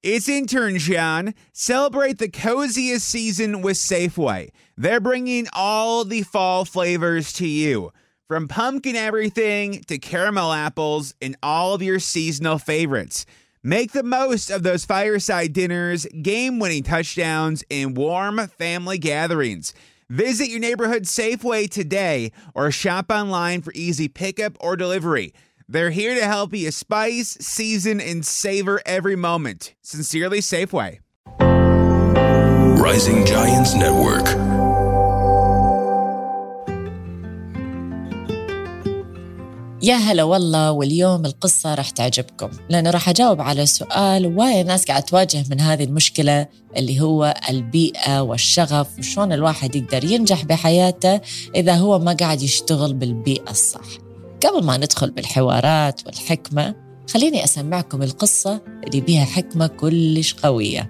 It's intern John. Celebrate the coziest season with Safeway. They're bringing all the fall flavors to you. From pumpkin everything to caramel apples and all of your seasonal favorites. Make the most of those fireside dinners, game-winning touchdowns, and warm family gatherings. Visit your neighborhood Safeway today or shop online for easy pickup or delivery. They're here to help you spice, season, and savor every moment. Sincerely, Safeway. Rising Giants Network. يا هلا والله، واليوم القصة رح تعجبكم لأنه رح أجاوب على سؤال وايد ناس قاعد تواجه من هذه المشكلة اللي هو البيئة والشغف، وشون الواحد يقدر ينجح بحياته إذا هو ما قاعد يشتغل بالبيئة الصح. قبل ما ندخل بالحوارات والحكمة، خليني أسمعكم القصة اللي بيها حكمة كلش قوية.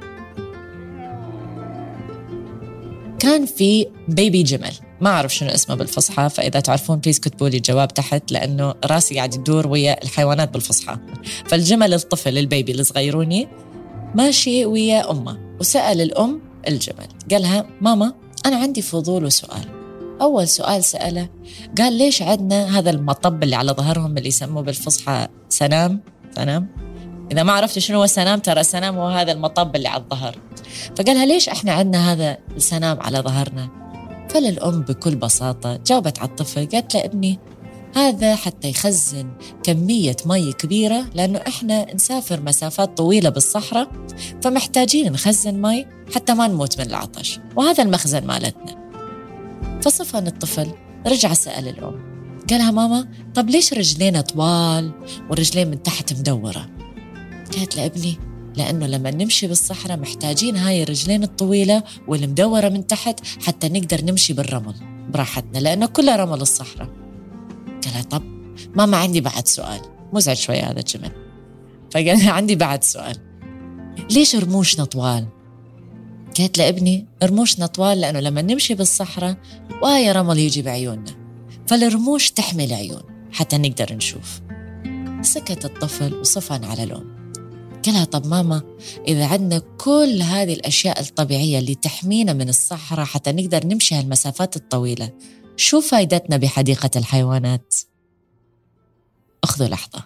كان في بيبي جمل، ما أعرف شنو اسمه بالفصحى، فإذا تعرفون بليز كتبوا لي الجواب تحت لأنه راسي قاعد يدور ويا الحيوانات بالفصحى. فالجمل الطفل البيبي الصغيروني ماشي ويا أمه، وسأل الأم الجمل، قالها ماما أنا عندي فضول وسؤال. أول سؤال سأله قال ليش عندنا هذا المطب اللي على ظهرهم اللي يسموه بالفصحى سنام؟ إذا ما عرفت شنو هو السنام، ترى السنام هو هذا المطب اللي على الظهر. فقالها ليش إحنا عندنا هذا السنام على ظهرنا؟ فالأم بكل بساطة جاوبت على الطفل، قالت له ابني هذا حتى يخزن كمية مي كبيرة، لأنه إحنا نسافر مسافات طويلة بالصحراء، فمحتاجين نخزن مي حتى ما نموت من العطش، وهذا المخزن مالتنا. فصفن الطفل رجع سأل الأم، قالها ماما طب ليش رجلين طوال ورجلين من تحت مدورة؟ قالت له ابني لأنه لما نمشي بالصحراء محتاجين هاي الرجلين الطويلة والمدورة من تحت حتى نقدر نمشي بالرمل براحتنا، لأنه كلها رمل الصحراء. قالها طب ماما عندي بعد سؤال، مزعج شوية هذا الجمل. فقالها عندي بعد سؤال، ليش رموشنا طوال؟ قالت له ابني رموشنا طوال لأنه لما نمشي بالصحراء وهاي رمل يجي بعيوننا، فالرموش تحمي العيون حتى نقدر نشوف. سكت الطفل وصفن على الأم، قالها طب ماما إذا عندنا كل هذه الأشياء الطبيعية اللي تحمينا من الصحراء حتى نقدر نمشي هالمسافات الطويلة، شو فايدتنا بحديقة الحيوانات؟ أخذوا لحظة.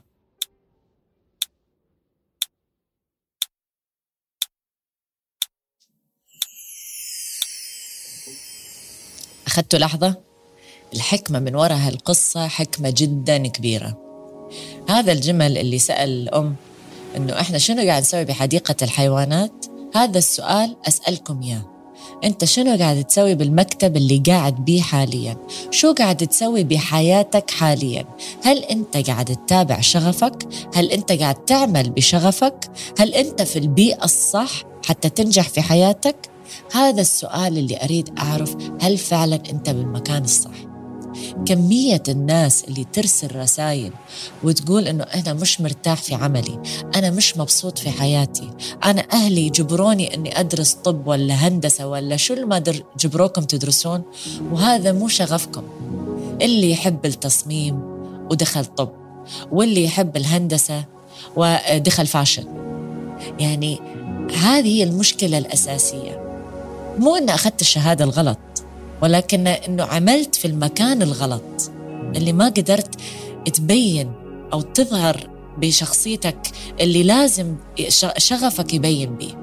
أخذتوا لحظة؟ الحكمة من وراء هالقصة حكمة جدا كبيرة. هذا الجمل اللي سأل الأم إنه إحنا شنو قاعد نسوي بحديقة الحيوانات، هذا السؤال أسألكم إياه، أنت شنو قاعد تسوي بالمكتب اللي قاعد بيه حالياً؟ شو قاعد تسوي بحياتك حالياً؟ هل أنت قاعد تتابع شغفك؟ هل أنت قاعد تعمل بشغفك؟ هل أنت في البيئة الصح حتى تنجح في حياتك؟ هذا السؤال اللي أريد أعرف، هل فعلاً أنت بالمكان الصح؟ كمية الناس اللي ترسل رسائل وتقول إنه أنا مش مرتاح في عملي، أنا مش مبسوط في حياتي، أنا أهلي جبروني إني أدرس طب ولا هندسة ولا شو ما جبروكم تدرسون، وهذا مو شغفكم. اللي يحب التصميم ودخل طب، واللي يحب الهندسة ودخل فاشن. يعني هذه هي المشكلة الأساسية، مو إن أخذت الشهادة الغلط، ولكن إنه عملت في المكان الغلط اللي ما قدرت تبين أو تظهر بشخصيتك اللي لازم شغفك يبين بيه.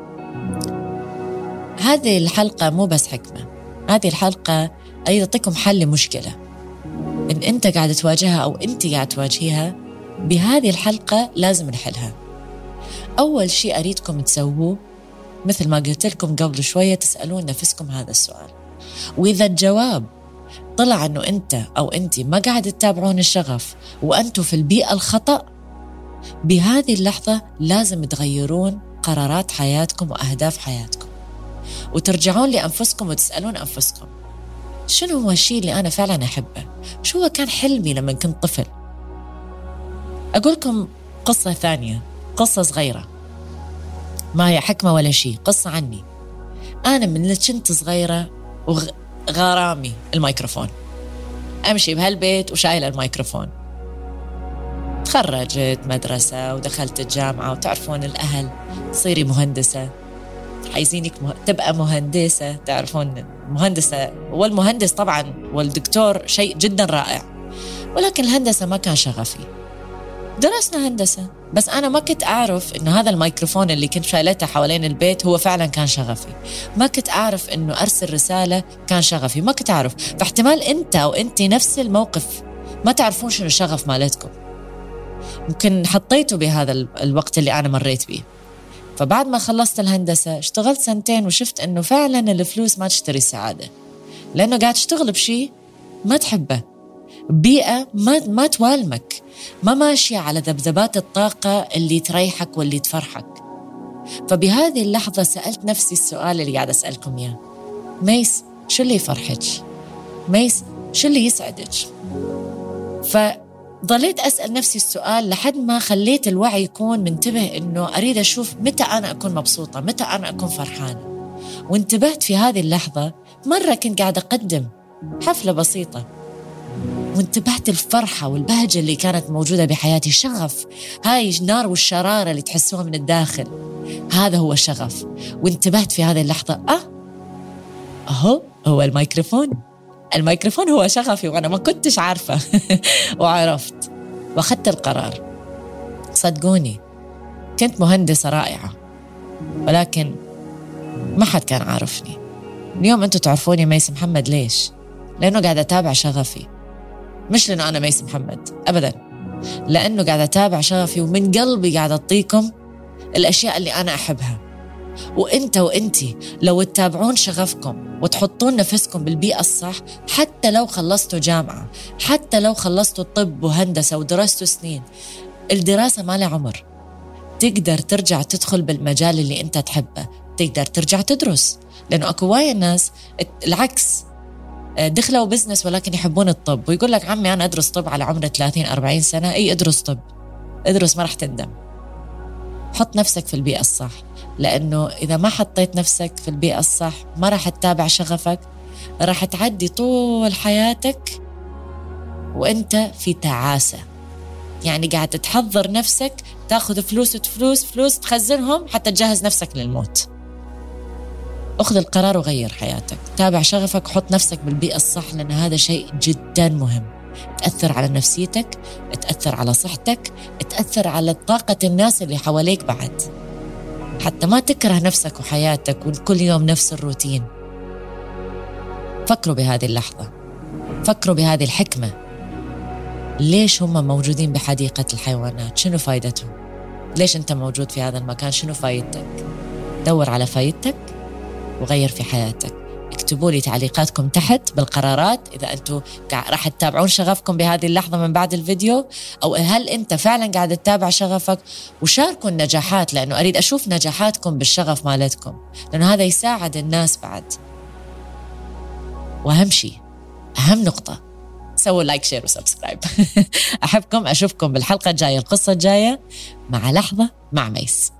هذه الحلقة مو بس حكمة، هذه الحلقة أريد أعطيكم حل لمشكلة إن أنت قاعد تواجهها أو أنت قاعد تواجهيها. بهذه الحلقة لازم نحلها. أول شيء أريدكم تسووه مثل ما قلت لكم قبل شوية، تسألون نفسكم هذا السؤال، وإذا الجواب طلع أنه أنت أو أنت ما قاعد تتابعون الشغف وأنتوا في البيئة الخطأ، بهذه اللحظة لازم تغيرون قرارات حياتكم وأهداف حياتكم، وترجعون لأنفسكم وتسألون أنفسكم شنو هو الشيء اللي أنا فعلا أحبه؟ شو هو كان حلمي لما كنت طفل؟ أقولكم قصة ثانية، قصة صغيرة ما هي حكمة ولا شيء، قصة عني. أنا من اللي كنت صغيرة وغرامي الميكروفون، أمشي بهالبيت وشايلة الميكروفون. تخرجت مدرسة ودخلت الجامعة، وتعرفون الأهل تصيري مهندسة، عايزينك تبقى مهندسة. تعرفون مهندسة، والمهندس طبعا والدكتور شيء جدا رائع، ولكن الهندسة ما كان شغفي. درسنا هندسة، بس أنا ما كنت أعرف إنه هذا الميكروفون اللي كنت شايلته حوالين البيت هو فعلا كان شغفي. ما كنت أعرف إنه أرسل رسالة كان شغفي، ما كنت أعرف. فاحتمال أنت أو أنت نفس الموقف ما تعرفون شنو الشغف مالتكم، ممكن حطيته بهذا الوقت اللي أنا مريت به. فبعد ما خلصت الهندسة اشتغلت 2 وشفت إنه فعلا الفلوس ما تشتري السعادة، لأنه قاعد تشتغل بشيء ما تحبه، بيئة ما توالمك، ما ماشية على ذبذبات الطاقة اللي تريحك واللي تفرحك. فبهذه اللحظة سألت نفسي السؤال اللي قاعد أسألكم إياه: ميس، شو اللي يفرحك؟ ميس، شو اللي يسعدك؟ فضليت أسأل نفسي السؤال لحد ما خليت الوعي يكون منتبه إنه أريد أشوف متى أنا أكون مبسوطة، متى أنا أكون فرحانة. وانتبهت في هذه اللحظة، مرة كنت قاعدة أقدم حفلة بسيطة، وانتبهت الفرحة والبهجة اللي كانت موجودة بحياتي، شغف، هاي النار والشرارة اللي تحسوها من الداخل، هذا هو الشغف. وانتبهت في هذه اللحظة هو الميكروفون هو شغفي، وأنا ما كنتش عارفة. وعرفت وأخذت القرار. صدقوني كنت مهندسة رائعة، ولكن ما حد كان عارفني. اليوم أنتوا تعرفوني ميس محمد. ليش؟ لأنه قاعدة أتابع شغفي، مش لأنه أنا ميس محمد أبداً، لأنه قاعدة أتابع شغفي، ومن قلبي قاعدة أعطيكم الأشياء اللي أنا أحبها. وإنتي لو تتابعون شغفكم وتحطون نفسكم بالبيئة الصح، حتى لو خلصتوا جامعة، حتى لو خلصتوا طب وهندسة ودرستوا سنين، الدراسة ما لها عمر. تقدر ترجع تدخل بالمجال اللي أنت تحبه، تقدر ترجع تدرس. لأنه أكوايا الناس العكس، دخلوا بزنس ولكن يحبون الطب، ويقول لك عمي أنا أدرس طب على عمر 30-40 سنة. أي أدرس طب، أدرس، ما رح تندم. حط نفسك في البيئة الصح، لأنه إذا ما حطيت نفسك في البيئة الصح ما رح تتابع شغفك، رح تعدي طول حياتك وإنت في تعاسة. يعني قاعد تحضر نفسك تاخذ فلوس تخزنهم حتى تجهز نفسك للموت. أخذ القرار وغير حياتك، تابع شغفك، حط نفسك بالبيئة الصح، لأن هذا شيء جدا مهم. تأثر على نفسيتك، تأثر على صحتك، تأثر على طاقة الناس اللي حواليك بعد، حتى ما تكره نفسك وحياتك وكل يوم نفس الروتين. فكروا بهذه اللحظة، فكروا بهذه الحكمة. ليش هم موجودين بحديقة الحيوانات؟ شنو فايدتهم؟ ليش أنت موجود في هذا المكان؟ شنو فايدتك؟ دور على فايدتك وغير في حياتك. اكتبوا لي تعليقاتكم تحت بالقرارات إذا أنتوا راح تتابعون شغفكم بهذه اللحظة من بعد الفيديو، أو هل أنت فعلا قاعد تتابع شغفك. وشاركوا النجاحات، لأنه أريد أشوف نجاحاتكم بالشغف مالتكم، لأنه هذا يساعد الناس بعد. وأهم شيء، أهم نقطة، سووا لايك شير وسبسكرايب. أحبكم، أشوفكم بالحلقة الجاية، القصة الجاية مع لحظة مع ميس.